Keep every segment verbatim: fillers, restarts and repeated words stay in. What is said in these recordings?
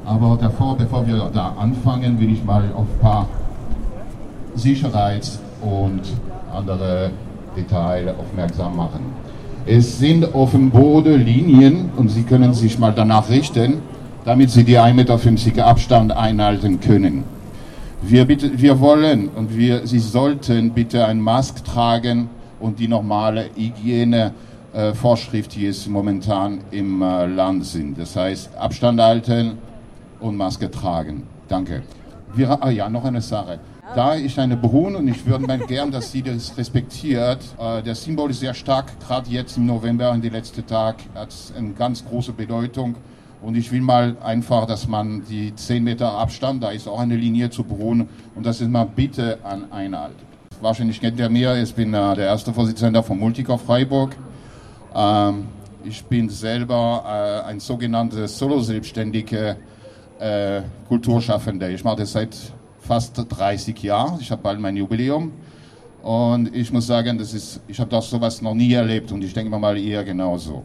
Aber davor, bevor wir da anfangen, will ich mal auf ein paar Sicherheits- und andere Details aufmerksam machen. Es sind auf dem Boden Linien und Sie können sich mal danach richten, damit Sie die ein Meter fünfzig Abstand einhalten können. Wir, bitte, wir wollen und wir, Sie sollten bitte ein Mask tragen und die normale Hygienevorschrift, die es momentan im äh, Land sind. Das heißt, Abstand halten und Maske tragen. Danke. Wir, ah ja, noch eine Sache. Da ist eine Brunnen und ich würde mal gern, dass sie das respektiert. Äh, der Symbol ist sehr stark, gerade jetzt im November, in den letzten Tag, hat es eine ganz große Bedeutung. Und ich will mal einfach, dass man die zehn Meter Abstand, da ist auch eine Linie zu Brunnen, und das ist mal bitte an einhalten. Wahrscheinlich kennt ihr mich, ich bin äh, der erste Vorsitzende von Multicore Freiburg. Ähm, ich bin selber äh, ein sogenannter Solo-Selbstständiger äh, Kulturschaffender. Ich mache das seit fast dreißig Jahren. Ich habe bald mein Jubiläum. Und ich muss sagen, das ist, ich habe das sowas noch nie erlebt und ich denke mal eher genauso.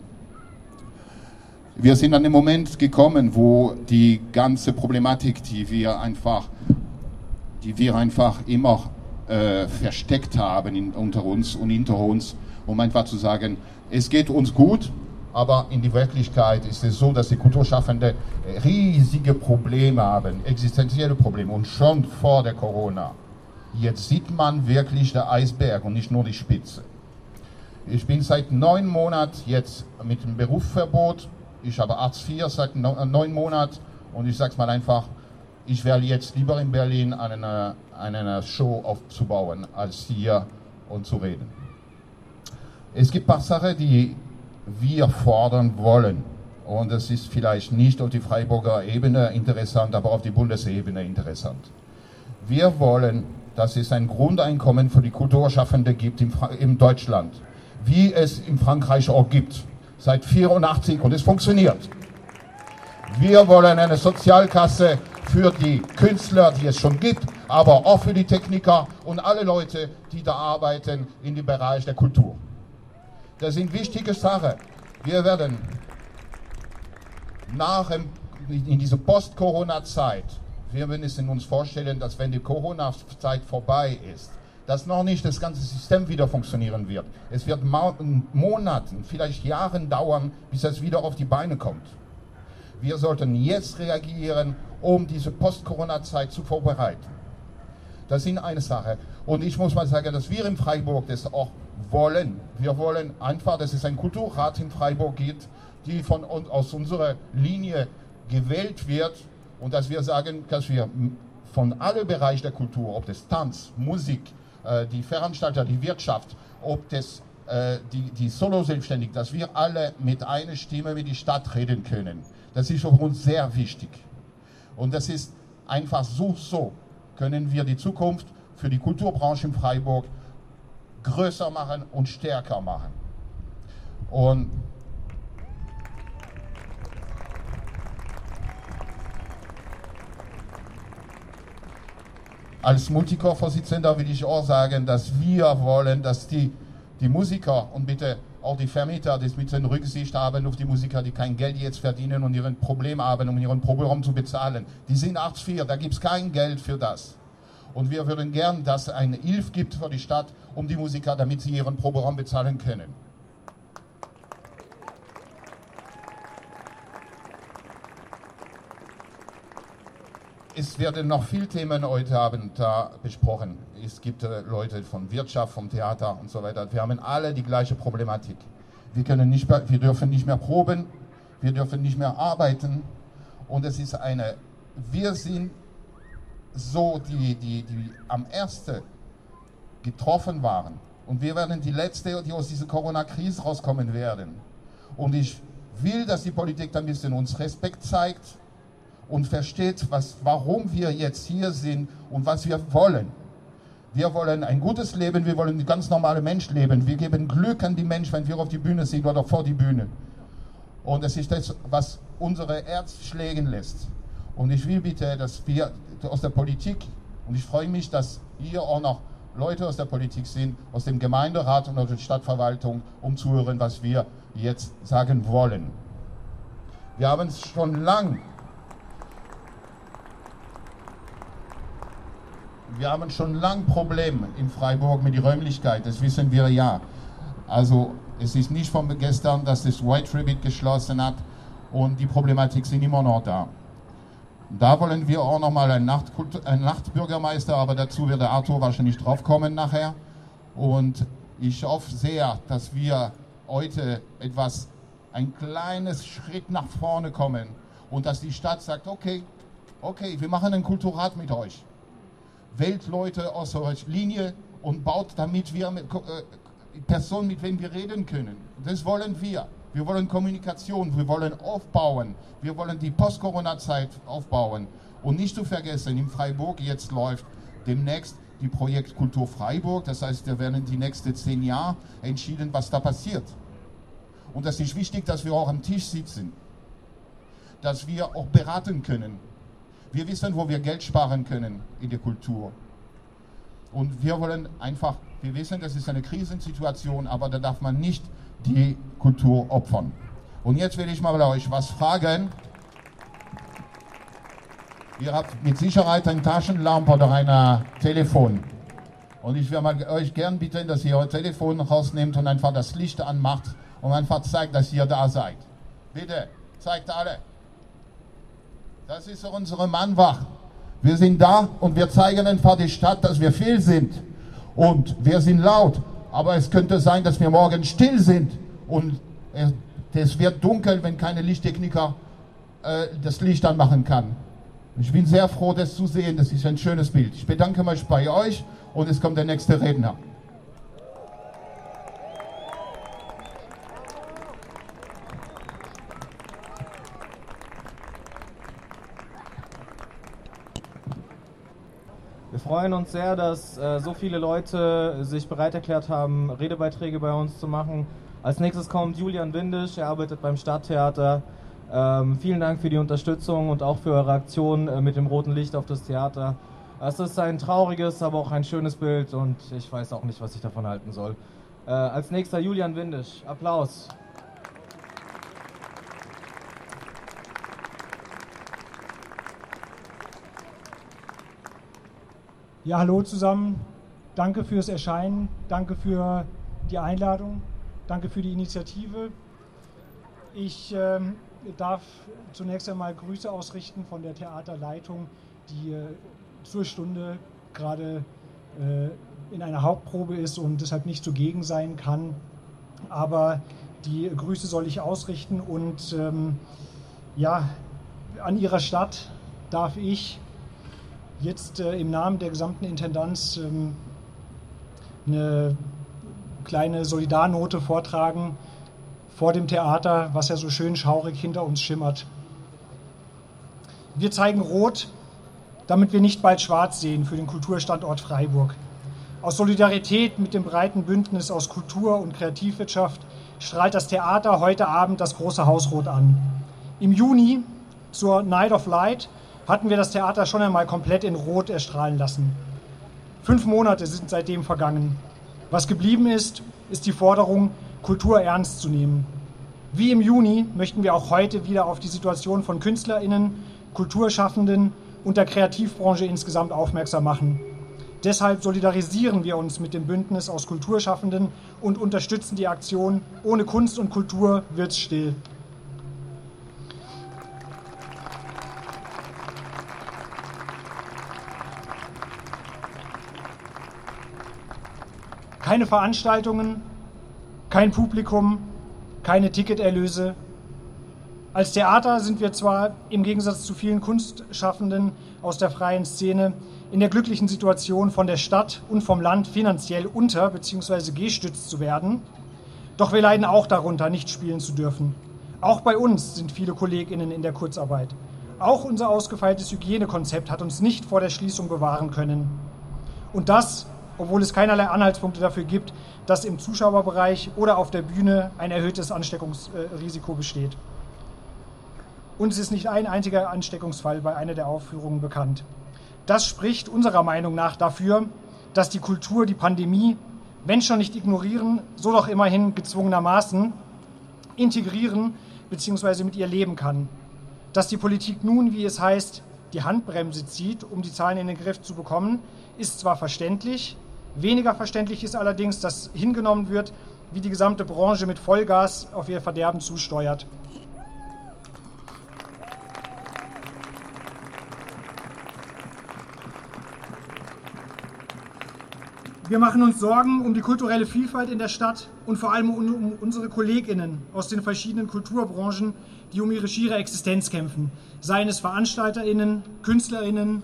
Wir sind an dem Moment gekommen, wo die ganze Problematik, die wir einfach, die wir einfach immer äh, versteckt haben in, unter uns und hinter uns, um einfach zu sagen, es geht uns gut, aber in der Wirklichkeit ist es so, dass die Kulturschaffenden riesige Probleme haben, existenzielle Probleme, und schon vor der Corona. Jetzt sieht man wirklich den Eisberg und nicht nur die Spitze. Ich bin seit neun Monaten jetzt mit dem Berufsverbot. Ich habe Hartz vier seit neun Monaten und ich sage es mal einfach, ich wäre jetzt lieber in Berlin eine, eine Show aufzubauen, als hier und zu reden. Es gibt ein paar Sachen, die wir fordern wollen. Und das ist vielleicht nicht auf die Freiburger Ebene interessant, aber auf die Bundesebene interessant. Wir wollen, dass es ein Grundeinkommen für die Kulturschaffenden gibt in, in Deutschland, wie es in Frankreich auch gibt, seit vierundachtzig, und es funktioniert. Wir wollen eine Sozialkasse für die Künstler, die es schon gibt, aber auch für die Techniker und alle Leute, die da arbeiten in dem Bereich der Kultur. Das sind wichtige Sachen. Wir werden nach, in dieser Post-Corona-Zeit, wir müssen uns vorstellen, dass wenn die Corona-Zeit vorbei ist, dass noch nicht das ganze System wieder funktionieren wird. Es wird Monaten, vielleicht Jahren dauern, bis es wieder auf die Beine kommt. Wir sollten jetzt reagieren, um diese Post-Corona-Zeit zu vorbereiten. Das ist eine Sache. Und ich muss mal sagen, dass wir in Freiburg das auch wollen. Wir wollen einfach, dass es einen Kulturrat in Freiburg gibt, die von uns, aus unserer Linie gewählt wird, und dass wir sagen, dass wir von allen Bereichen der Kultur, ob das Tanz, Musik, äh, die Veranstalter, die Wirtschaft, ob das äh, die, die Solo-Selbstständigen, dass wir alle mit einer Stimme mit der Stadt reden können. Das ist für uns sehr wichtig. Und das ist einfach so, so können wir die Zukunft für die Kulturbranche in Freiburg größer machen und stärker machen. Und als Multicore-Vorsitzender will ich auch sagen, dass wir wollen, dass die, die Musiker und bitte auch die Vermieter, die mit den Rücksicht haben auf die Musiker, die kein Geld jetzt verdienen und ihren Problem haben, um ihren Proberaum zu bezahlen. Die sind Hartz vier, da gibt es kein Geld für das. Und wir würden gern, dass es eine Hilfe gibt für die Stadt, um die Musiker, damit sie ihren Proberaum bezahlen können. Es werden noch viele Themen heute Abend da besprochen. Es gibt äh, Leute von Wirtschaft, vom Theater und so weiter. Wir haben alle die gleiche Problematik. Wir können nicht mehr, wir dürfen nicht mehr proben, wir dürfen nicht mehr arbeiten. Und es ist eine, wir sind so, die, die, die am ersten getroffen waren. Und wir werden die Letzte, die aus dieser Corona-Krise rauskommen werden. Und ich will, dass die Politik ein bisschen uns Respekt zeigt und versteht, was, warum wir jetzt hier sind und was wir wollen. Wir wollen ein gutes Leben, wir wollen ein ganz normales Mensch leben. Wir geben Glück an die Menschen, wenn wir auf die Bühne sind oder vor die Bühne. Und das ist das, was unsere Herz schlägen lässt. Und ich will bitte, dass wir aus der Politik, und ich freue mich, dass hier auch noch Leute aus der Politik sind, aus dem Gemeinderat und aus der Stadtverwaltung, um zu hören, was wir jetzt sagen wollen. Wir haben es schon lang wir haben schon lange Probleme in Freiburg mit der Räumlichkeit, das wissen wir ja. Also es ist nicht von gestern, dass das White Rabbit geschlossen hat und die Problematik sind immer noch da. Da wollen wir auch nochmal einen, einen Nachtbürgermeister, aber dazu wird der Arthur wahrscheinlich drauf kommen nachher. Und ich hoffe sehr, dass wir heute etwas, ein kleines Schritt nach vorne kommen und dass die Stadt sagt, okay, okay, wir machen ein Kulturrat mit euch. Wählt Leute aus eurer Linie und baut damit wir mit, äh, Personen, mit denen wir reden können. Das wollen wir. Wir wollen Kommunikation, wir wollen aufbauen, wir wollen die Post-Corona-Zeit aufbauen. Und nicht zu vergessen, in Freiburg jetzt läuft demnächst die Projekt Kultur Freiburg. Das heißt, da werden die nächsten zehn Jahre entschieden, was da passiert. Und das ist wichtig, dass wir auch am Tisch sitzen, dass wir auch beraten können. Wir wissen, wo wir Geld sparen können in der Kultur. Und wir wollen einfach, wir wissen, das ist eine Krisensituation, aber da darf man nicht die Kultur opfern. Und jetzt will ich mal bei euch was fragen. Ihr habt mit Sicherheit eine Taschenlampe oder ein Telefon. Und ich würde mal euch gern bitten, dass ihr euer Telefon rausnehmt und einfach das Licht anmacht und einfach zeigt, dass ihr da seid. Bitte, zeigt alle. Das ist unsere Mannwach. Wir sind da und wir zeigen einfach die Stadt, dass wir viel sind. Und wir sind laut. Aber es könnte sein, dass wir morgen still sind und es wird dunkel, wenn keine Lichttechniker äh, das Licht anmachen kann. Ich bin sehr froh, das zu sehen. Das ist ein schönes Bild. Ich bedanke mich bei euch und es kommt der nächste Redner. Wir freuen uns sehr, dass äh, so viele Leute sich bereit erklärt haben, Redebeiträge bei uns zu machen. Als nächstes kommt Julian Windisch, er arbeitet beim Stadttheater. Ähm, vielen Dank für die Unterstützung und auch für eure Aktion äh, mit dem roten Licht auf das Theater. Es ist ein trauriges, aber auch ein schönes Bild und ich weiß auch nicht, was ich davon halten soll. Äh, als nächster Julian Windisch. Applaus. Ja, hallo zusammen. Danke fürs Erscheinen, danke für die Einladung, danke für die Initiative. Ich ähm, darf zunächst einmal Grüße ausrichten von der Theaterleitung, die äh, zur Stunde gerade äh, in einer Hauptprobe ist und deshalb nicht zugegen sein kann. Aber die Grüße soll ich ausrichten und ähm, ja, an ihrer Stadt darf ich jetzt äh, im Namen der gesamten Intendanz ähm, eine kleine Solidarnote vortragen vor dem Theater, was ja so schön schaurig hinter uns schimmert. Wir zeigen Rot, damit wir nicht bald schwarz sehen für den Kulturstandort Freiburg. Aus Solidarität mit dem breiten Bündnis aus Kultur und Kreativwirtschaft strahlt das Theater heute Abend das große Haus rot an. Im Juni zur Night of Light hatten wir das Theater schon einmal komplett in Rot erstrahlen lassen. Fünf Monate sind seitdem vergangen. Was geblieben ist, ist die Forderung, Kultur ernst zu nehmen. Wie im Juni möchten wir auch heute wieder auf die Situation von KünstlerInnen, Kulturschaffenden und der Kreativbranche insgesamt aufmerksam machen. Deshalb solidarisieren wir uns mit dem Bündnis aus Kulturschaffenden und unterstützen die Aktion Ohne Kunst und Kultur wird's still. Keine Veranstaltungen, kein Publikum, keine Ticketerlöse. Als Theater sind wir zwar im Gegensatz zu vielen Kunstschaffenden aus der freien Szene in der glücklichen Situation, von der Stadt und vom Land finanziell unter- bzw. gestützt zu werden, doch wir leiden auch darunter, nicht spielen zu dürfen. Auch bei uns sind viele KollegInnen in der Kurzarbeit. Auch unser ausgefeiltes Hygienekonzept hat uns nicht vor der Schließung bewahren können. Und das, obwohl es keinerlei Anhaltspunkte dafür gibt, dass im Zuschauerbereich oder auf der Bühne ein erhöhtes Ansteckungsrisiko besteht. Uns ist nicht ein einziger Ansteckungsfall bei einer der Aufführungen bekannt. Das spricht unserer Meinung nach dafür, dass die Kultur die Pandemie, wenn schon nicht ignorieren, so doch immerhin gezwungenermaßen integrieren bzw. mit ihr leben kann. Dass die Politik nun, wie es heißt, die Handbremse zieht, um die Zahlen in den Griff zu bekommen, ist zwar verständlich, weniger verständlich ist allerdings, dass hingenommen wird, wie die gesamte Branche mit Vollgas auf ihr Verderben zusteuert. Wir machen uns Sorgen um die kulturelle Vielfalt in der Stadt und vor allem um unsere KollegInnen aus den verschiedenen Kulturbranchen, die um ihre schiere Existenz kämpfen. Seien es VeranstalterInnen, KünstlerInnen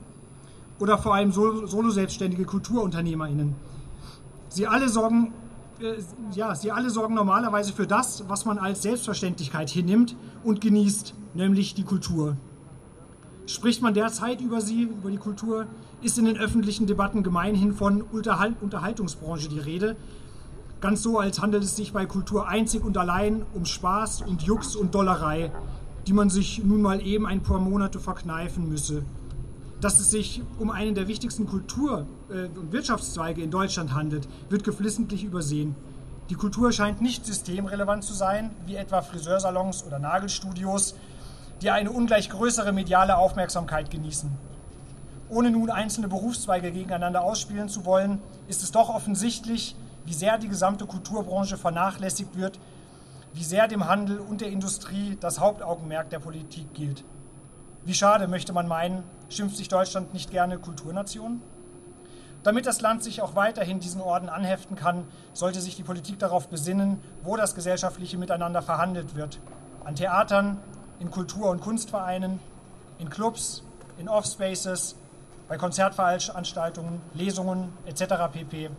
oder vor allem solo-selbstständige KulturunternehmerInnen. Sie alle sorgen, äh, ja, sie alle sorgen normalerweise für das, was man als Selbstverständlichkeit hinnimmt und genießt, nämlich die Kultur. Spricht man derzeit über sie, über die Kultur, ist in den öffentlichen Debatten gemeinhin von Unterhalt- Unterhaltungsbranche die Rede. Ganz so, als handelt es sich bei Kultur einzig und allein um Spaß und Jux und Dollerei, die man sich nun mal eben ein paar Monate verkneifen müsse. Dass es sich um einen der wichtigsten Kultur- und Wirtschaftszweige in Deutschland handelt, wird geflissentlich übersehen. Die Kultur scheint nicht systemrelevant zu sein, wie etwa Friseursalons oder Nagelstudios, die eine ungleich größere mediale Aufmerksamkeit genießen. Ohne nun einzelne Berufszweige gegeneinander ausspielen zu wollen, ist es doch offensichtlich, wie sehr die gesamte Kulturbranche vernachlässigt wird, wie sehr dem Handel und der Industrie das Hauptaugenmerk der Politik gilt. Wie schade, möchte man meinen, schimpft sich Deutschland nicht gerne Kulturnation? Damit das Land sich auch weiterhin diesen Orden anheften kann, sollte sich die Politik darauf besinnen, wo das gesellschaftliche Miteinander verhandelt wird. An Theatern, in Kultur- und Kunstvereinen, in Clubs, in Offspaces, bei Konzertveranstaltungen, Lesungen et cetera pp.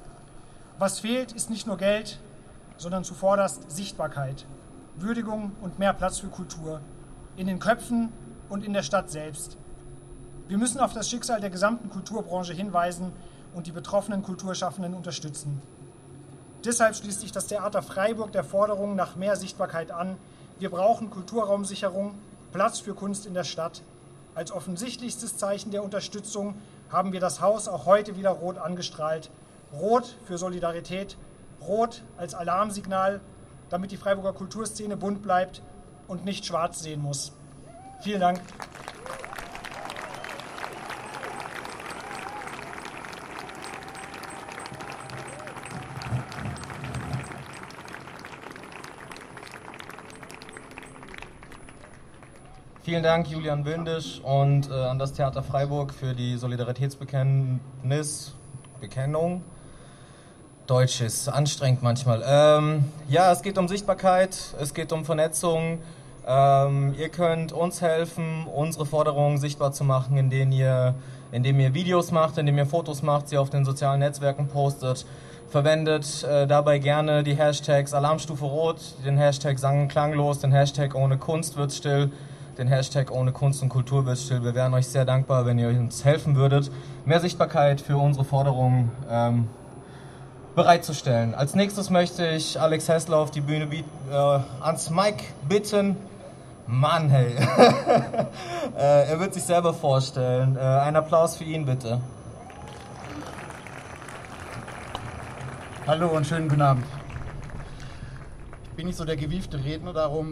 Was fehlt, ist nicht nur Geld, sondern zuvorderst Sichtbarkeit, Würdigung und mehr Platz für Kultur, in den Köpfen und in der Stadt selbst. Wir müssen auf das Schicksal der gesamten Kulturbranche hinweisen und die betroffenen Kulturschaffenden unterstützen. Deshalb schließt sich das Theater Freiburg der Forderung nach mehr Sichtbarkeit an. Wir brauchen Kulturraumsicherung, Platz für Kunst in der Stadt. Als offensichtlichstes Zeichen der Unterstützung haben wir das Haus auch heute wieder rot angestrahlt. Rot für Solidarität, rot als Alarmsignal, damit die Freiburger Kulturszene bunt bleibt und nicht schwarz sehen muss. Vielen Dank. Vielen Dank, Julian Windisch, und äh, an das Theater Freiburg für die Solidaritätsbekenntnis, Bekennung. Deutsch ist anstrengend manchmal. Ähm, ja, es geht um Sichtbarkeit, es geht um Vernetzung. Ähm, ihr könnt uns helfen, unsere Forderungen sichtbar zu machen, indem ihr, indem ihr Videos macht, indem ihr Fotos macht, sie auf den sozialen Netzwerken postet. Verwendet äh, dabei gerne die Hashtags Alarmstufe Rot, den Hashtag Sang klanglos, den Hashtag ohne Kunst wird's still, den Hashtag ohne Kunst und Kultur wird's still. Wir wären euch sehr dankbar, wenn ihr uns helfen würdet, mehr Sichtbarkeit für unsere Forderungen ähm, bereitzustellen. Als nächstes möchte ich Alex Hessler auf die Bühne bieten, äh, ans Mic bitten. Mann, hey. äh, er wird sich selber vorstellen. Äh, ein Applaus für ihn, bitte. Hallo und schönen guten Abend. Ich bin nicht so der gewiefte Redner, darum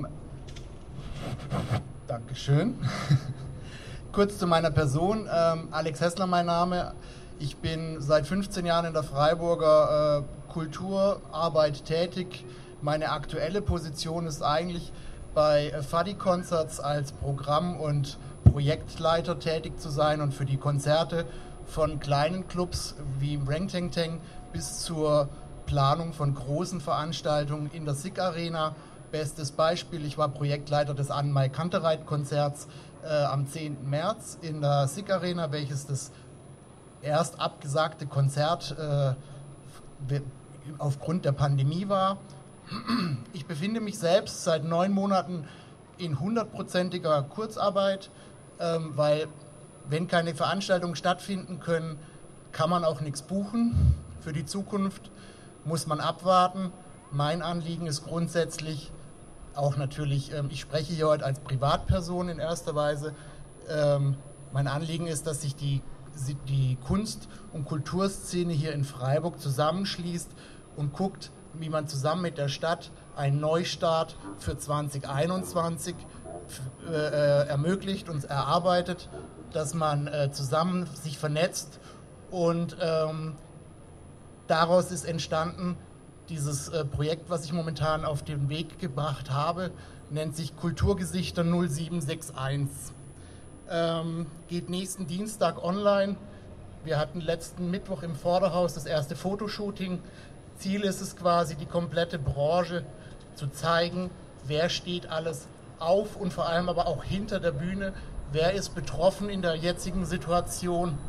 Dankeschön. Kurz zu meiner Person. Ähm, Alex Hessler mein Name. Ich bin seit fünfzehn Jahren in der Freiburger äh, Kulturarbeit tätig. Meine aktuelle Position ist eigentlich bei äh, Fadi Concerts als Programm- und Projektleiter tätig zu sein und für die Konzerte von kleinen Clubs wie im Reng Teng Teng bis zur Planung von großen Veranstaltungen in der S I C Arena. Bestes Beispiel, ich war Projektleiter des Anne-Mai Kantereit-Konzerts äh, am zehnten März in der S I C Arena, welches das erst abgesagte Konzert äh, aufgrund der Pandemie war. Ich befinde mich selbst seit neun Monaten in hundertprozentiger Kurzarbeit, ähm, weil wenn keine Veranstaltungen stattfinden können, kann man auch nichts buchen. Für die Zukunft muss man abwarten. Mein Anliegen ist grundsätzlich auch natürlich, ähm, ich spreche hier heute als Privatperson in erster Weise, ähm, mein Anliegen ist, dass sich die, die Kunst- und Kulturszene hier in Freiburg zusammenschließt und guckt, wie man zusammen mit der Stadt einen Neustart für zwanzig einundzwanzig äh, ermöglicht und erarbeitet, dass man äh, zusammen sich vernetzt und ähm, daraus ist entstanden dieses äh, Projekt, was ich momentan auf den Weg gebracht habe, nennt sich Kulturgesichter null sieben sechs eins. Ähm, geht nächsten Dienstag online. Wir hatten letzten Mittwoch im Vorderhaus das erste Fotoshooting. Ziel ist es quasi, die komplette Branche zu zeigen, wer steht alles auf und vor allem aber auch hinter der Bühne, wer ist betroffen in der jetzigen Situation,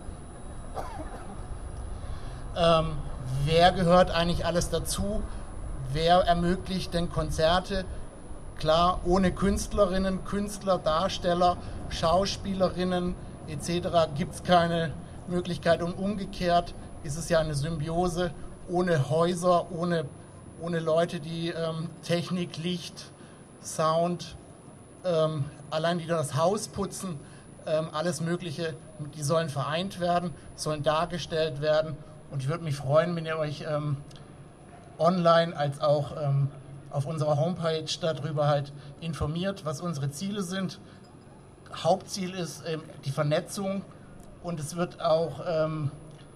ähm, wer gehört eigentlich alles dazu, wer ermöglicht denn Konzerte. Klar, ohne Künstlerinnen, Künstler, Darsteller, Schauspielerinnen et cetera gibt es keine Möglichkeit. Und umgekehrt ist es ja eine Symbiose ohne Häuser, ohne, ohne Leute, die ähm, Technik, Licht, Sound, ähm, allein die das Haus putzen, ähm, alles Mögliche, die sollen vereint werden, sollen dargestellt werden. Und ich würde mich freuen, wenn ihr euch ähm, online als auch ähm, auf unserer Homepage darüber halt informiert, was unsere Ziele sind. Hauptziel ist ähm, die Vernetzung und es wird auch ähm,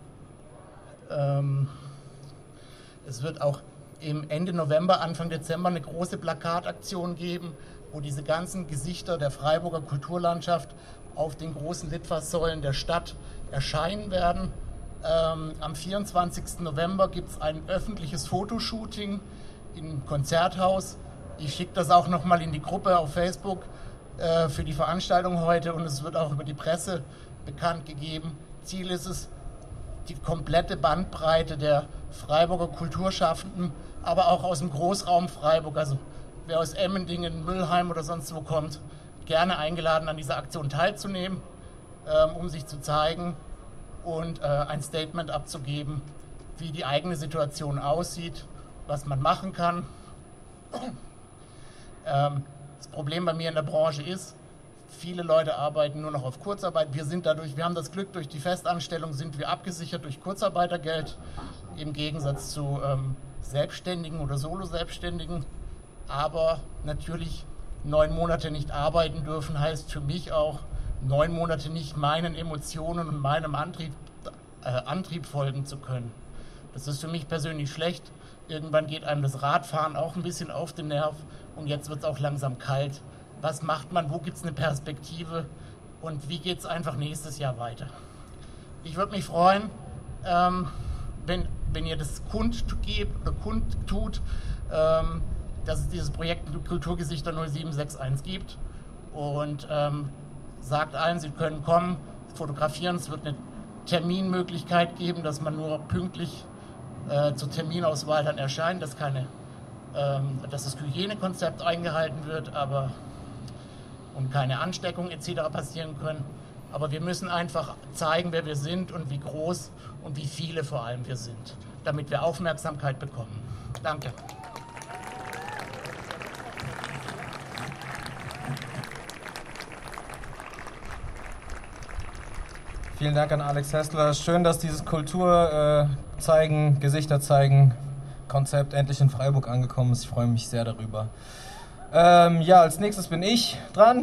ähm, es wird auch im Ende November, Anfang Dezember eine große Plakataktion geben, wo diese ganzen Gesichter der Freiburger Kulturlandschaft auf den großen Litfaßsäulen der Stadt erscheinen werden. Ähm, am vierundzwanzigsten November gibt es ein öffentliches Fotoshooting im Konzerthaus. Ich schicke das auch nochmal in die Gruppe auf Facebook äh, für die Veranstaltung heute und es wird auch über die Presse bekannt gegeben. Ziel ist es, die komplette Bandbreite der Freiburger Kulturschaffenden, aber auch aus dem Großraum Freiburg, also wer aus Emmendingen, Mülheim oder sonst wo kommt, gerne eingeladen, an dieser Aktion teilzunehmen, ähm, um sich zu zeigen und äh, ein Statement abzugeben, wie die eigene Situation aussieht, was man machen kann. Ähm, das Problem bei mir in der Branche ist, viele Leute arbeiten nur noch auf Kurzarbeit. Wir sind dadurch, wir haben das Glück, durch die Festanstellung sind wir abgesichert durch Kurzarbeitergeld, im Gegensatz zu ähm, Selbstständigen oder Solo-Selbstständigen. Aber natürlich neun Monate nicht arbeiten dürfen, heißt für mich auch, neun Monate nicht meinen Emotionen und meinem Antrieb, äh, Antrieb folgen zu können. Das ist für mich persönlich schlecht. Irgendwann geht einem das Radfahren auch ein bisschen auf den Nerv und jetzt wird es auch langsam kalt. Was macht man, wo gibt es eine Perspektive und wie geht es einfach nächstes Jahr weiter? Ich würde mich freuen, ähm, wenn, wenn ihr das kundgebt oder kundtut, ähm, dass es dieses Projekt Kulturgesichter null sieben sechs eins gibt und ähm, sagt allen, sie können kommen, fotografieren. Es wird eine Terminmöglichkeit geben, dass man nur pünktlich äh, zur Terminauswahl dann erscheint, dass, keine, ähm, dass das Hygienekonzept eingehalten wird, aber und keine Ansteckungen et cetera passieren können. Aber wir müssen einfach zeigen, wer wir sind und wie groß und wie viele vor allem wir sind, damit wir Aufmerksamkeit bekommen. Danke. Vielen Dank an Alex Hessler. Schön, dass dieses Kultur äh, zeigen, Gesichter zeigen Konzept endlich in Freiburg angekommen ist. Ich freue mich sehr darüber. Ähm, ja, als nächstes bin ich dran.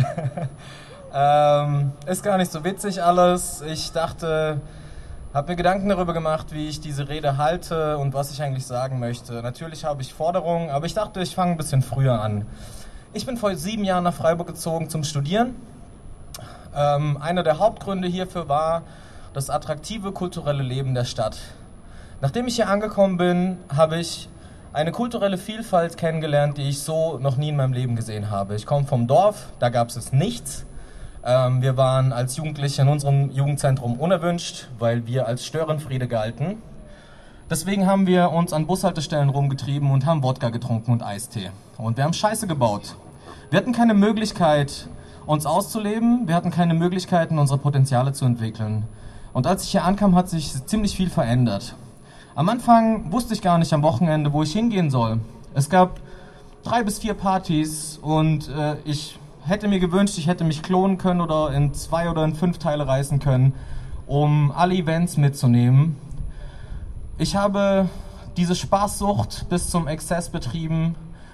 ähm, ist gar nicht so witzig alles. Ich dachte, habe mir Gedanken darüber gemacht, wie ich diese Rede halte und was ich eigentlich sagen möchte. Natürlich habe ich Forderungen, aber ich dachte, ich fange ein bisschen früher an. Ich bin vor sieben Jahren nach Freiburg gezogen zum Studieren. Ähm, einer der Hauptgründe hierfür war das attraktive kulturelle Leben der Stadt. Nachdem ich hier angekommen bin, habe ich eine kulturelle Vielfalt kennengelernt, die ich so noch nie in meinem Leben gesehen habe. Ich komme vom Dorf, da gab es nichts. Ähm, wir waren als Jugendliche in unserem Jugendzentrum unerwünscht, weil wir als Störenfriede galten. Deswegen haben wir uns an Bushaltestellen rumgetrieben und haben Wodka getrunken und Eistee. Und wir haben Scheiße gebaut. Wir hatten keine Möglichkeit, uns auszuleben. Wir hatten keine Möglichkeiten, unsere Potenziale zu entwickeln. Und als ich hier ankam, hat sich ziemlich viel verändert. Am Anfang wusste ich gar nicht am Wochenende, wo ich hingehen soll. Es gab drei bis vier Partys und äh, ich hätte mir gewünscht, ich hätte mich klonen können oder in zwei oder in fünf Teile reißen können, um alle Events mitzunehmen. Ich habe diese Spaßsucht bis zum Exzess betrieben,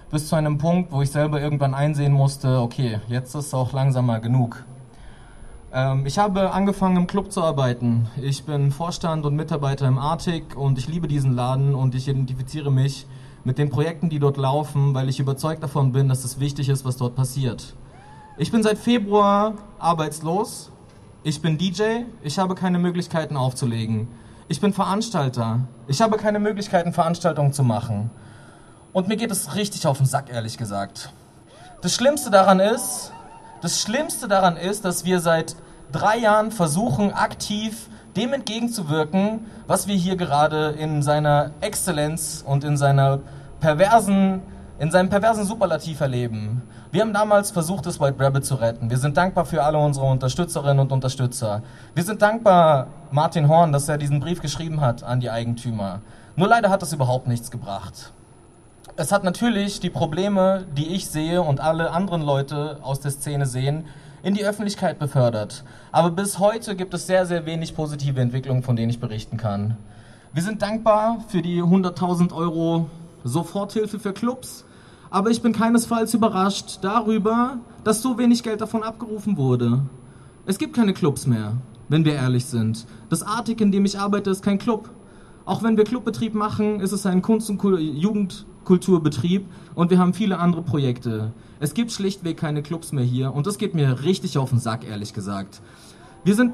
bis zu einem Punkt, wo ich selber irgendwann einsehen musste, okay, jetzt ist es auch langsam mal genug. Ähm, ich habe angefangen im Club zu arbeiten. Ich bin Vorstand und Mitarbeiter im Arctic und ich liebe diesen Laden und ich identifiziere mich mit den Projekten, die dort laufen, weil ich überzeugt davon bin, dass es wichtig ist, was dort passiert. Ich bin seit Februar arbeitslos. Ich bin D J, ich habe keine Möglichkeiten aufzulegen. Ich bin Veranstalter, ich habe keine Möglichkeiten, Veranstaltungen zu machen. Und mir geht es richtig auf den Sack, ehrlich gesagt. Das Schlimmste daran ist, das Schlimmste daran ist, dass wir seit drei Jahren versuchen, aktiv dem entgegenzuwirken, was wir hier gerade in seiner Exzellenz und in seiner perversen, in seinem perversen Superlativ erleben. Wir haben damals versucht, das White Rabbit zu retten. Wir sind dankbar für alle unsere Unterstützerinnen und Unterstützer. Wir sind dankbar Martin Horn, dass er diesen Brief geschrieben hat an die Eigentümer. Nur leider hat das überhaupt nichts gebracht. Es hat natürlich die Probleme, die ich sehe und alle anderen Leute aus der Szene sehen, in die Öffentlichkeit befördert. Aber bis heute gibt es sehr, sehr wenig positive Entwicklungen, von denen ich berichten kann. Wir sind dankbar für die hunderttausend Euro Soforthilfe für Clubs. Aber ich bin keinesfalls überrascht darüber, dass so wenig Geld davon abgerufen wurde. Es gibt keine Clubs mehr, wenn wir ehrlich sind. Das Arctic, in dem ich arbeite, ist kein Club. Auch wenn wir Clubbetrieb machen, ist es ein Kunst- und Jugendkulturbetrieb und wir haben viele andere Projekte. Es gibt schlichtweg keine Clubs mehr hier und das geht mir richtig auf den Sack, ehrlich gesagt. Wir sind...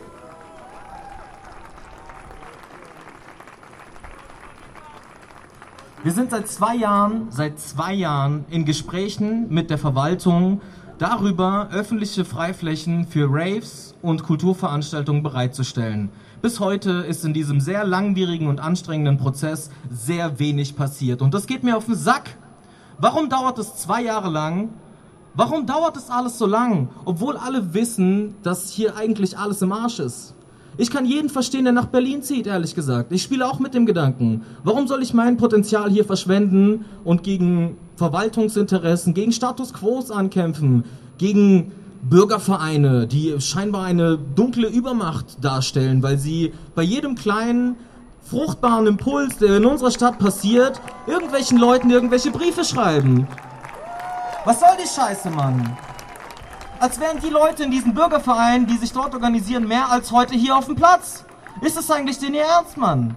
Wir sind seit zwei Jahren, seit zwei Jahren in Gesprächen mit der Verwaltung darüber, öffentliche Freiflächen für Raves und Kulturveranstaltungen bereitzustellen. Bis heute ist in diesem sehr langwierigen und anstrengenden Prozess sehr wenig passiert. Und das geht mir auf den Sack. Warum dauert es zwei Jahre lang? Warum dauert es alles so lang? Obwohl alle wissen, dass hier eigentlich alles im Arsch ist. Ich kann jeden verstehen, der nach Berlin zieht, ehrlich gesagt. Ich spiele auch mit dem Gedanken. Warum soll ich mein Potenzial hier verschwenden und gegen Verwaltungsinteressen, gegen Status Quos ankämpfen, gegen Bürgervereine, die scheinbar eine dunkle Übermacht darstellen, weil sie bei jedem kleinen, fruchtbaren Impuls, der in unserer Stadt passiert, irgendwelchen Leuten irgendwelche Briefe schreiben. Was soll die Scheiße, Mann? Als wären die Leute in diesen Bürgervereinen, die sich dort organisieren, mehr als heute hier auf dem Platz. Ist es eigentlich denn ihr Ernst, Mann?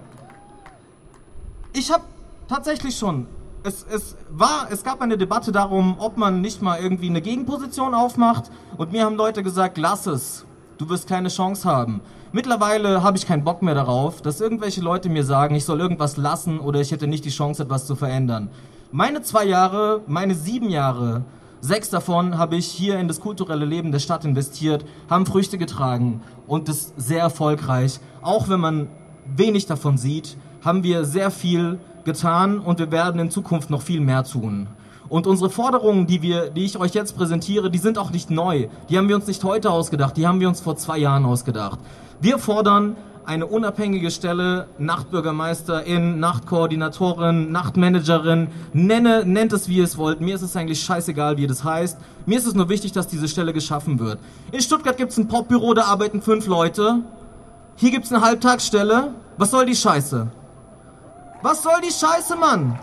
Ich habe tatsächlich schon... Es, es, war, es gab eine Debatte darum, ob man nicht mal irgendwie eine Gegenposition aufmacht. Und mir haben Leute gesagt, lass es. Du wirst keine Chance haben. Mittlerweile habe ich keinen Bock mehr darauf, dass irgendwelche Leute mir sagen, ich soll irgendwas lassen oder ich hätte nicht die Chance, etwas zu verändern. Meine zwei Jahre, meine sieben Jahre... Sechs davon habe ich hier in das kulturelle Leben der Stadt investiert, haben Früchte getragen und das sehr erfolgreich. Auch wenn man wenig davon sieht, haben wir sehr viel getan und wir werden in Zukunft noch viel mehr tun. Und unsere Forderungen, die, wir, die ich euch jetzt präsentiere, die sind auch nicht neu. Die haben wir uns nicht heute ausgedacht, die haben wir uns vor zwei Jahren ausgedacht. Wir fordern eine unabhängige Stelle, Nachtbürgermeisterin, Nachtkoordinatorin, Nachtmanagerin, nenne, nennt es wie ihr es wollt. Mir ist es eigentlich scheißegal, wie das heißt. Mir ist es nur wichtig, dass diese Stelle geschaffen wird. In Stuttgart gibt es ein Popbüro, da arbeiten fünf Leute. Hier gibt es eine Halbtagsstelle. Was soll die Scheiße? Was soll die Scheiße, Mann?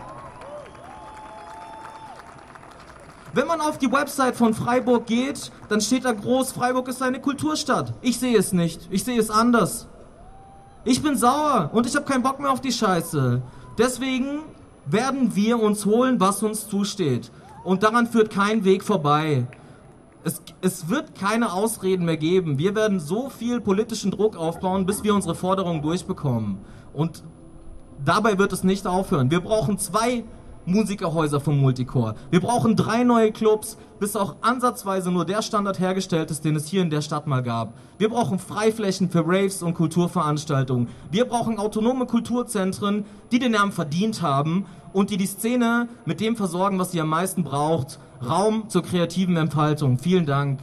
Wenn man auf die Website von Freiburg geht, dann steht da groß, Freiburg ist eine Kulturstadt. Ich sehe es nicht. Ich sehe es anders. Ich bin sauer und ich habe keinen Bock mehr auf die Scheiße. Deswegen werden wir uns holen, was uns zusteht. Und daran führt kein Weg vorbei. Es, es wird keine Ausreden mehr geben. Wir werden so viel politischen Druck aufbauen, bis wir unsere Forderungen durchbekommen. Und dabei wird es nicht aufhören. Wir brauchen zwei Musikerhäuser vom Multicore. Wir brauchen drei neue Clubs, bis auch ansatzweise nur der Standard hergestellt ist, den es hier in der Stadt mal gab. Wir brauchen Freiflächen für Raves und Kulturveranstaltungen. Wir brauchen autonome Kulturzentren, die den Namen verdient haben und die die Szene mit dem versorgen, was sie am meisten braucht. Raum zur kreativen Entfaltung. Vielen Dank.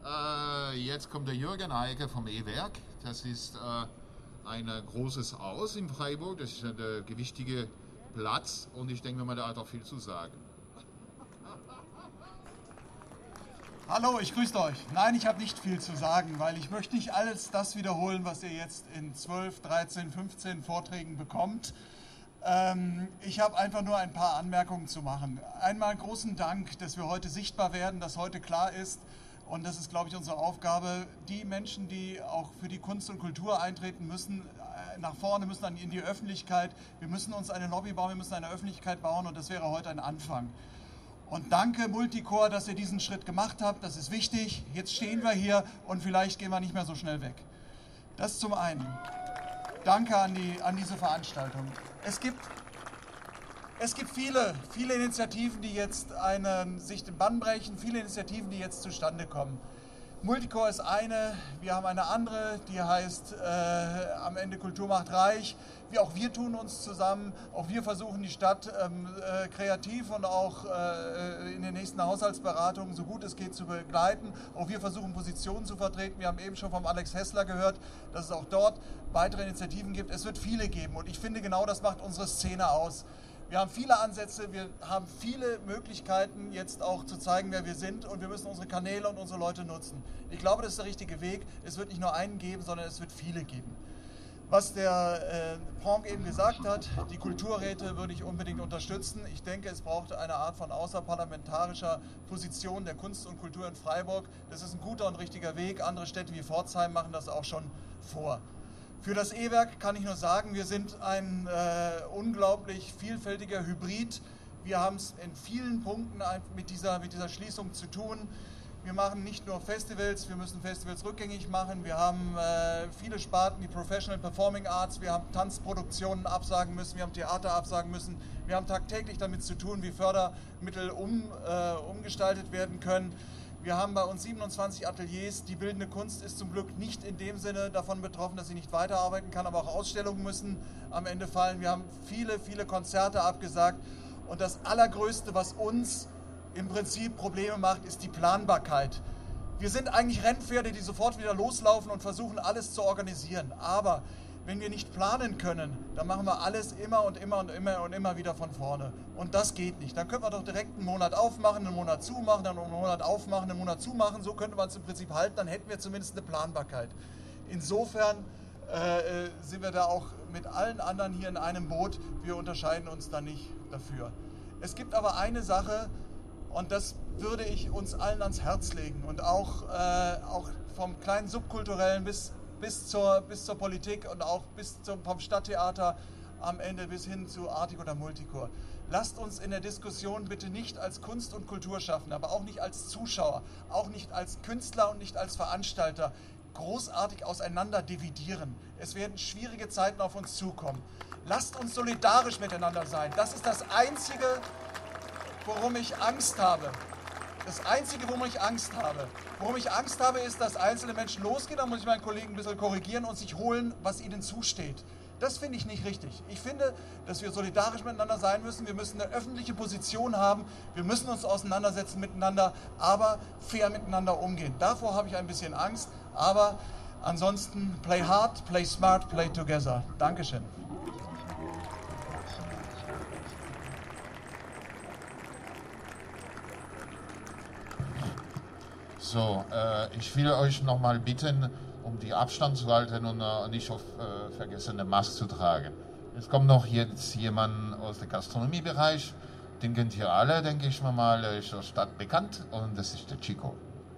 äh, jetzt kommt der Jürgen Heike vom E-Werk. Das ist äh, ein großes Haus in Freiburg, das ist ein äh, gewichtiger Platz und ich denke, man da hat auch viel zu sagen. Hallo, ich grüße euch. Nein, ich habe nicht viel zu sagen, weil ich möchte nicht alles das wiederholen, was ihr jetzt in zwölf, dreizehn, fünfzehn Vorträgen bekommt. Ähm, ich habe einfach nur ein paar Anmerkungen zu machen. Einmal großen Dank, dass wir heute sichtbar werden, dass heute klar ist, und das ist, glaube ich, unsere Aufgabe, die Menschen, die auch für die Kunst und Kultur eintreten müssen, nach vorne müssen, dann in die Öffentlichkeit. Wir müssen uns eine Lobby bauen, wir müssen eine Öffentlichkeit bauen und das wäre heute ein Anfang. Und danke Multicore, dass ihr diesen Schritt gemacht habt, das ist wichtig. Jetzt stehen wir hier und vielleicht gehen wir nicht mehr so schnell weg. Das zum einen. Danke an, die, an diese Veranstaltung. Es gibt, es gibt viele, viele Initiativen, die jetzt einen, sich den Bann brechen, viele Initiativen, die jetzt zustande kommen. Multicore ist eine, wir haben eine andere, die heißt äh, am Ende Kultur macht reich. Wir, auch wir tun uns zusammen, auch wir versuchen die Stadt ähm, äh, kreativ und auch äh, in den nächsten Haushaltsberatungen so gut es geht zu begleiten. Auch wir versuchen Positionen zu vertreten. Wir haben eben schon vom Alex Hessler gehört, dass es auch dort weitere Initiativen gibt. Es wird viele geben und ich finde genau das macht unsere Szene aus. Wir haben viele Ansätze, wir haben viele Möglichkeiten, jetzt auch zu zeigen, wer wir sind und wir müssen unsere Kanäle und unsere Leute nutzen. Ich glaube, das ist der richtige Weg. Es wird nicht nur einen geben, sondern es wird viele geben. Was der äh, Pronk eben gesagt hat, die Kulturräte würde ich unbedingt unterstützen. Ich denke, es braucht eine Art von außerparlamentarischer Position der Kunst und Kultur in Freiburg. Das ist ein guter und richtiger Weg. Andere Städte wie Pforzheim machen das auch schon vor. Für das E-Werk kann ich nur sagen, wir sind ein äh, unglaublich vielfältiger Hybrid. Wir haben es in vielen Punkten mit dieser, mit dieser Schließung zu tun. Wir machen nicht nur Festivals, wir müssen Festivals rückgängig machen. Wir haben äh, viele Sparten, die Professional Performing Arts. Wir haben Tanzproduktionen absagen müssen, wir haben Theater absagen müssen. Wir haben tagtäglich damit zu tun, wie Fördermittel um, äh, umgestaltet werden können. Wir haben bei uns siebenundzwanzig Ateliers. Die bildende Kunst ist zum Glück nicht in dem Sinne davon betroffen, dass sie nicht weiterarbeiten kann, aber auch Ausstellungen müssen am Ende fallen. Wir haben viele, viele Konzerte abgesagt. Und das Allergrößte, was uns im Prinzip Probleme macht, ist die Planbarkeit. Wir sind eigentlich Rennpferde, die sofort wieder loslaufen und versuchen, alles zu organisieren. Aber wenn wir nicht planen können, dann machen wir alles immer und immer und immer und immer wieder von vorne. Und das geht nicht. Dann könnte man doch direkt einen Monat aufmachen, einen Monat zumachen, dann einen Monat aufmachen, einen Monat zumachen. So könnte man es im Prinzip halten, dann hätten wir zumindest eine Planbarkeit. Insofern äh, sind wir da auch mit allen anderen hier in einem Boot. Wir unterscheiden uns da nicht dafür. Es gibt aber eine Sache, und das würde ich uns allen ans Herz legen und auch, äh, auch vom kleinen Subkulturellen bis Bis zur, bis zur Politik und auch bis zum, vom Stadttheater am Ende bis hin zu Artig oder Multicore. Lasst uns in der Diskussion bitte nicht als Kunst- und Kulturschaffende, aber auch nicht als Zuschauer, auch nicht als Künstler und nicht als Veranstalter großartig auseinander dividieren. Es werden schwierige Zeiten auf uns zukommen. Lasst uns solidarisch miteinander sein. Das ist das Einzige, worum ich Angst habe. Das Einzige, worum ich Angst habe. Worum ich Angst habe, ist, dass einzelne Menschen losgehen, da muss ich meinen Kollegen ein bisschen korrigieren und sich holen, was ihnen zusteht. Das finde ich nicht richtig. Ich finde, dass wir solidarisch miteinander sein müssen. Wir müssen eine öffentliche Position haben. Wir müssen uns auseinandersetzen miteinander, aber fair miteinander umgehen. Davor habe ich ein bisschen Angst, aber ansonsten play hard, play smart, play together. Dankeschön. So, äh, ich will euch nochmal bitten, um die Abstand zu halten und äh, nicht auf äh, vergessen, eine Maske zu tragen. Es kommt noch jetzt jemand aus dem Gastronomiebereich, den kennt ihr alle, denke ich mal, ist der Stadt bekannt, und das ist der Chico.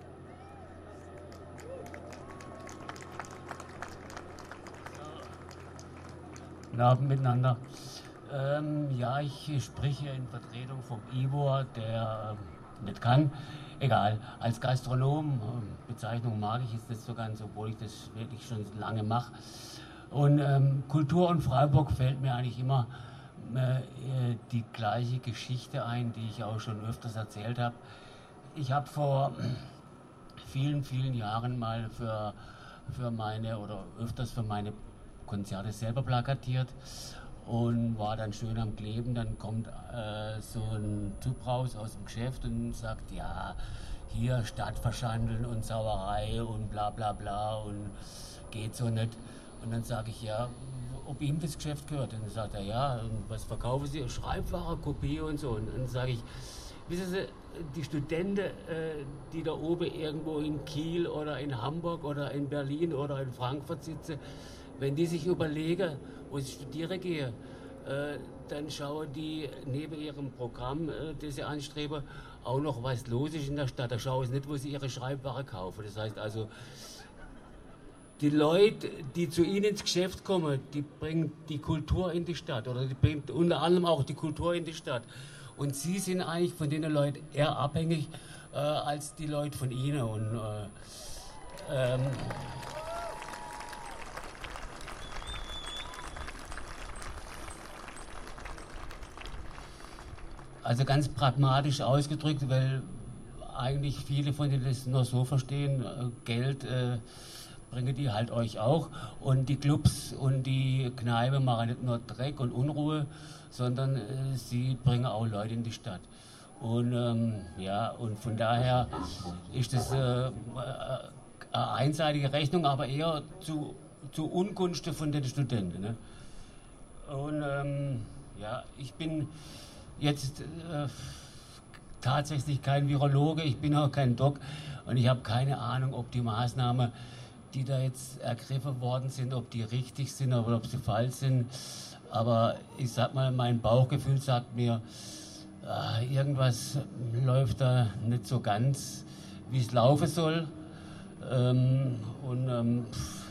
Guten Abend miteinander. Ähm, ja, ich spreche in Vertretung vom Ivor, der äh, nicht kann. Egal, als Gastronom, Bezeichnung mag ich jetzt nicht so ganz, obwohl ich das wirklich schon lange mache. Und ähm, Kultur und Freiburg fällt mir eigentlich immer äh, die gleiche Geschichte ein, die ich auch schon öfters erzählt habe. Ich habe vor vielen, vielen Jahren mal für, für meine oder öfters für meine Konzerte selber plakatiert und war dann schön am Kleben. Dann kommt äh, so ein Typ raus aus dem Geschäft und sagt, ja, hier Stadt verschandeln und Sauerei und bla bla bla und geht so nicht. Und dann sage ich, ja, ob ihm das Geschäft gehört. Und dann sagt er, ja, und was verkaufen Sie? Schreibware, Kopie und so. Und dann sage ich, wissen Sie, die Studenten, äh, die da oben irgendwo in Kiel oder in Hamburg oder in Berlin oder in Frankfurt sitzen, wenn die sich überlegen, wo sie studieren gehen, äh, dann schauen die neben ihrem Programm, äh, das sie anstreben, auch noch, was los ist in der Stadt. Da schauen sie nicht, wo sie ihre Schreibware kaufen. Das heißt also, die Leute, die zu Ihnen ins Geschäft kommen, die bringen die Kultur in die Stadt oder die bringen unter anderem auch die Kultur in die Stadt. Und Sie sind eigentlich von den Leuten eher abhängig äh, als die Leute von Ihnen. Und, äh, ähm, also ganz pragmatisch ausgedrückt, weil eigentlich viele von denen das nur so verstehen, äh, Geld äh, bringen die halt euch auch. Und die Clubs und die Kneipen machen nicht nur Dreck und Unruhe, sondern äh, sie bringen auch Leute in die Stadt. Und ähm, ja, und von daher ist das äh, äh, eine einseitige Rechnung, aber eher zu, zu Ungunsten von den Studenten. Ne? Und ähm, ja, ich bin jetzt äh, tatsächlich kein Virologe, ich bin auch kein Doc und ich habe keine Ahnung, ob die Maßnahmen, die da jetzt ergriffen worden sind, ob die richtig sind oder ob sie falsch sind. Aber ich sag mal, mein Bauchgefühl sagt mir, äh, irgendwas läuft da nicht so ganz, wie es laufen soll. Ähm, und ähm,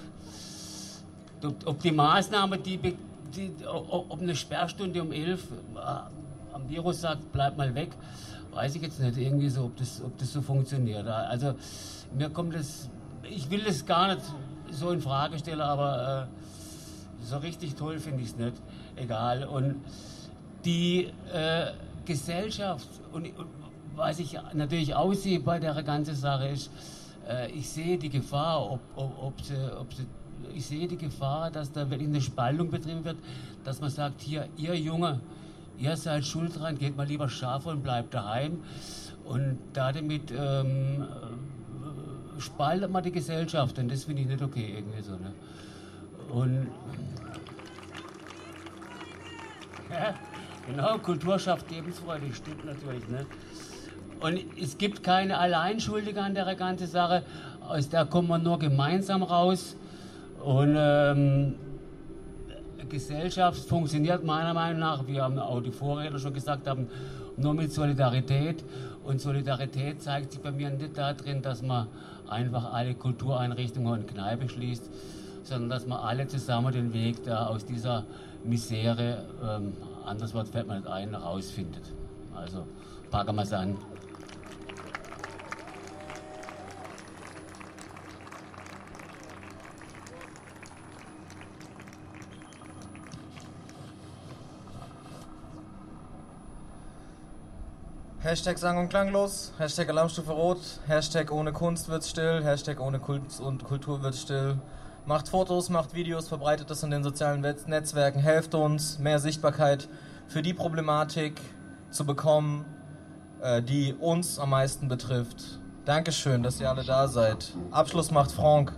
ob, ob die Maßnahme, die, die, ob eine Sperrstunde um elf äh, am Virus sagt, bleib mal weg, weiß ich jetzt nicht irgendwie so, ob das, ob das so funktioniert. Also mir kommt das, ich will das gar nicht so in Frage stellen, aber äh, so richtig toll finde ich es nicht. Egal. Und die äh, Gesellschaft, und, und was ich natürlich aussehe bei der ganzen Sache ist, äh, ich sehe die Gefahr, ob, ob, ob, sie, ob sie, ich sehe die Gefahr, dass da wirklich eine Spaltung betrieben wird, dass man sagt, hier, ihr Junge, ihr seid schuld dran, geht mal lieber scharf und bleibt daheim. Und damit ähm, spaltet man die Gesellschaft, und das finde ich nicht okay irgendwie so. Ne? Und ja, genau, Kultur schafft Lebensfreude, stimmt natürlich. Ne? Und es gibt keine Alleinschuldige an der ganzen Sache, aus der kommen wir nur gemeinsam raus. Und ähm, Gesellschaft funktioniert meiner Meinung nach, wie auch die Vorredner schon gesagt haben, nur mit Solidarität. Und Solidarität zeigt sich bei mir nicht darin, dass man einfach alle Kultureinrichtungen und Kneipen schließt, sondern dass man alle zusammen den Weg da aus dieser Misere, ähm, anderes Wort fällt mir nicht ein, rausfindet. Also packen wir es an. Hashtag sang- und klanglos, Hashtag Alarmstufe Rot, Hashtag ohne Kunst wird's still, Hashtag ohne Kunst und Kultur wird's still. Macht Fotos, macht Videos, verbreitet es in den sozialen Netzwerken, helft uns, mehr Sichtbarkeit für die Problematik zu bekommen, äh, die uns am meisten betrifft. Dankeschön, dass ihr alle da seid. Abschluss macht Franck.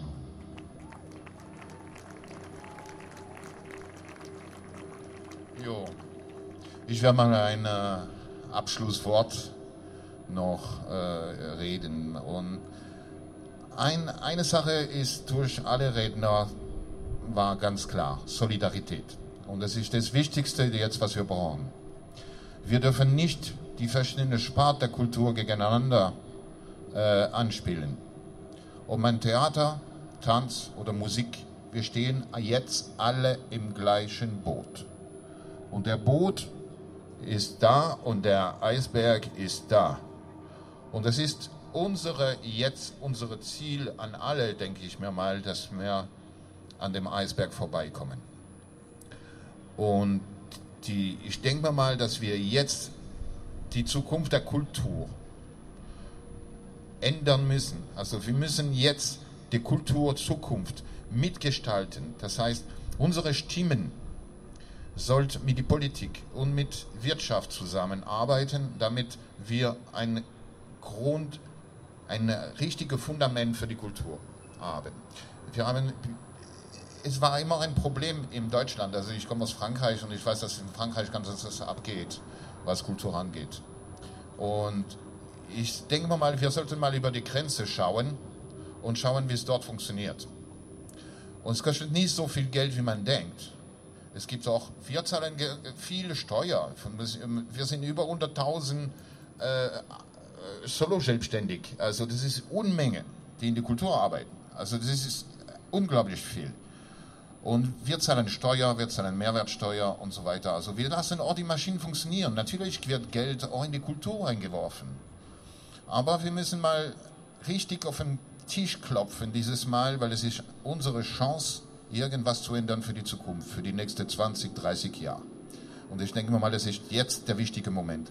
Jo, ich werde mal ein äh, Abschlusswort noch äh, reden. Und ein, eine Sache ist durch alle Redner war ganz klar, Solidarität. Und das ist das Wichtigste jetzt, was wir brauchen. Wir dürfen nicht die verschiedenen Sparten der Kultur gegeneinander äh, anspielen. Ob ein Theater, Tanz oder Musik, wir stehen jetzt alle im gleichen Boot. Und der Boot ist da und der Eisberg ist da. Und es ist unsere, jetzt unser Ziel an alle, denke ich mir mal, dass wir an dem Eisberg vorbeikommen. Und die, ich denke mir mal, dass wir jetzt die Zukunft der Kultur ändern müssen. Also wir müssen jetzt die Kulturzukunft mitgestalten. Das heißt, unsere Stimmen sollten mit der Politik und mit Wirtschaft zusammenarbeiten, damit wir eine Grund, ein richtiges Fundament für die Kultur haben. Wir haben, es war immer ein Problem in Deutschland, also ich komme aus Frankreich und ich weiß, dass in Frankreich ganz das abgeht, was Kultur angeht. Und ich denke mal, wir sollten mal über die Grenze schauen und schauen, wie es dort funktioniert. Und es kostet nicht so viel Geld, wie man denkt. Es gibt auch, wir zahlen viele Steuer. Wir sind über hunderttausend äh, Solo-selbstständig. Also das ist Unmenge, die in der Kultur arbeiten. Also das ist unglaublich viel. Und wir zahlen Steuer, wir zahlen Mehrwertsteuer und so weiter. Also wir lassen auch die Maschinen funktionieren. Natürlich wird Geld auch in die Kultur eingeworfen. Aber wir müssen mal richtig auf den Tisch klopfen dieses Mal, weil es ist unsere Chance, irgendwas zu ändern für die Zukunft, für die nächsten zwanzig, dreißig Jahre. Und ich denke mal, das ist jetzt der wichtige Moment.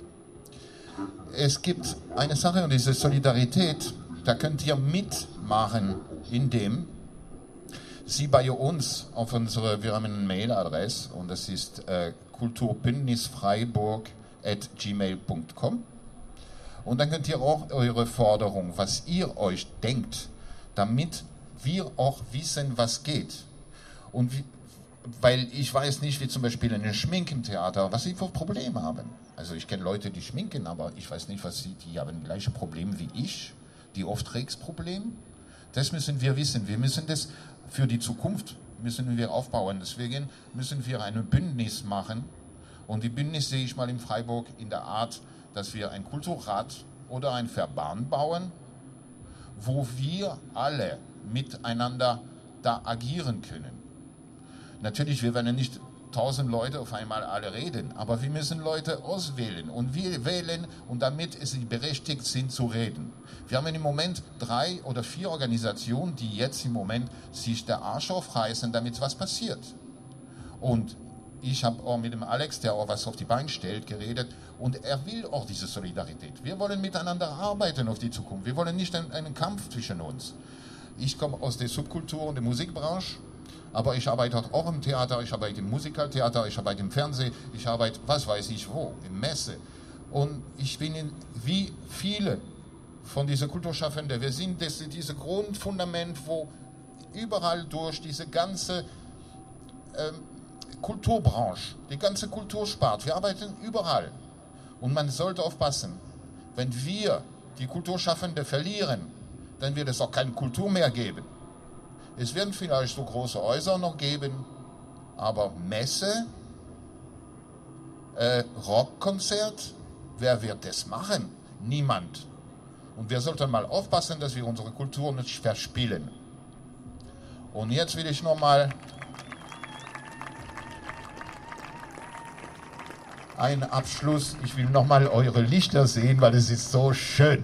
Es gibt eine Sache und diese Solidarität, da könnt ihr mitmachen, indem Sie bei uns auf unsere, wir haben eine Mailadresse und das ist äh, kulturbündnisfreiburg at gmail punkt com. Und dann könnt ihr auch eure Forderung, was ihr euch denkt, damit wir auch wissen, was geht. Und wie, weil ich weiß nicht, wie zum Beispiel eine Schmink im Theater, was sie für Probleme haben. Also ich kenne Leute, die schminken, aber ich weiß nicht, was sie, die haben gleiche Probleme wie ich, die Oft-Rex-Problem. Das müssen wir wissen. Wir müssen das für die Zukunft müssen wir aufbauen. Deswegen müssen wir ein Bündnis machen. Und die Bündnis sehe ich mal in Freiburg in der Art, dass wir ein Kulturrat oder ein Verband bauen, wo wir alle miteinander da agieren können. Natürlich, wir werden nicht tausend Leute auf einmal alle reden, aber wir müssen Leute auswählen und wir wählen und damit sie berechtigt sind zu reden. Wir haben im Moment drei oder vier Organisationen, die jetzt im Moment sich der Arsch aufreißen, damit was passiert. Und ich habe auch mit dem Alex, der auch was auf die Beine stellt, geredet und er will auch diese Solidarität. Wir wollen miteinander arbeiten auf die Zukunft. Wir wollen nicht einen, einen Kampf zwischen uns. Ich komme aus der Subkultur und der Musikbranche, aber ich arbeite auch im Theater, ich arbeite im Musikaltheater, ich arbeite im Fernsehen, ich arbeite, was weiß ich wo, in Messe. Und ich bin in, wie viele von diesen Kulturschaffenden, wir sind das, dieses Grundfundament, wo überall durch diese ganze ähm, Kulturbranche, die ganze Kultursparte, wir arbeiten überall. Und man sollte aufpassen, wenn wir die Kulturschaffenden verlieren, dann wird es auch keine Kultur mehr geben. Es werden vielleicht so große Häuser noch geben, aber Messe, äh, Rockkonzert, wer wird das machen? Niemand. Und wir sollten mal aufpassen, dass wir unsere Kultur nicht verspielen. Und jetzt will ich nochmal einen Abschluss. Ich will nochmal eure Lichter sehen, weil es ist so schön.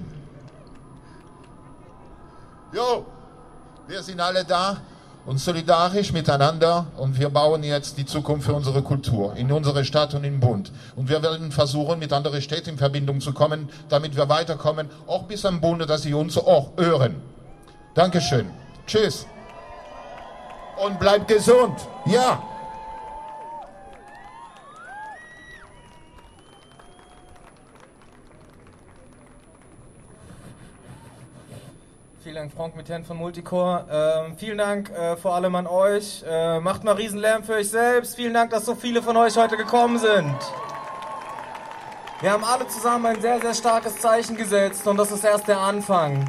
Jo, wir sind alle da und solidarisch miteinander und wir bauen jetzt die Zukunft für unsere Kultur in unserer Stadt und im Bund. Und wir werden versuchen, mit anderen Städten in Verbindung zu kommen, damit wir weiterkommen, auch bis am Bund, dass sie uns auch hören. Dankeschön. Tschüss. Und bleibt gesund. Ja. Vielen Dank, Franck Mitten von Multicore. Ähm, vielen Dank äh, vor allem an euch. Äh, macht mal riesen Lärm für euch selbst. Vielen Dank, dass so viele von euch heute gekommen sind. Wir haben alle zusammen ein sehr, sehr starkes Zeichen gesetzt und das ist erst der Anfang.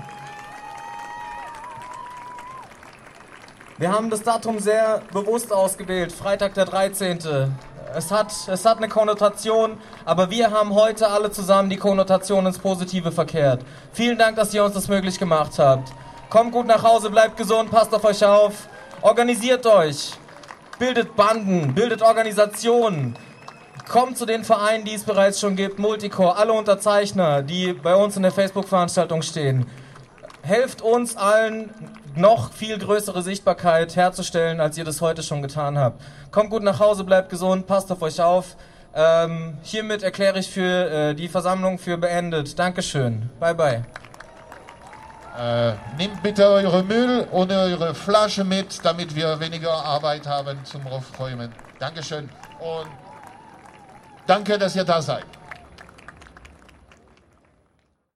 Wir haben das Datum sehr bewusst ausgewählt, Freitag der dreizehnte Es hat, es hat eine Konnotation, aber wir haben heute alle zusammen die Konnotation ins Positive verkehrt. Vielen Dank, dass ihr uns das möglich gemacht habt. Kommt gut nach Hause, bleibt gesund, passt auf euch auf, organisiert euch, bildet Banden, bildet Organisationen, kommt zu den Vereinen, die es bereits schon gibt, Multicore, alle Unterzeichner, die bei uns in der Facebook-Veranstaltung stehen. Helft uns allen, noch viel größere Sichtbarkeit herzustellen, als ihr das heute schon getan habt. Kommt gut nach Hause, bleibt gesund, passt auf euch auf. Ähm, hiermit erkläre ich für äh, die Versammlung für beendet. Dankeschön. Bye, bye. Äh, nehmt bitte eure Müll und eure Flasche mit, damit wir weniger Arbeit haben zum Aufräumen. Dankeschön und danke, dass ihr da seid.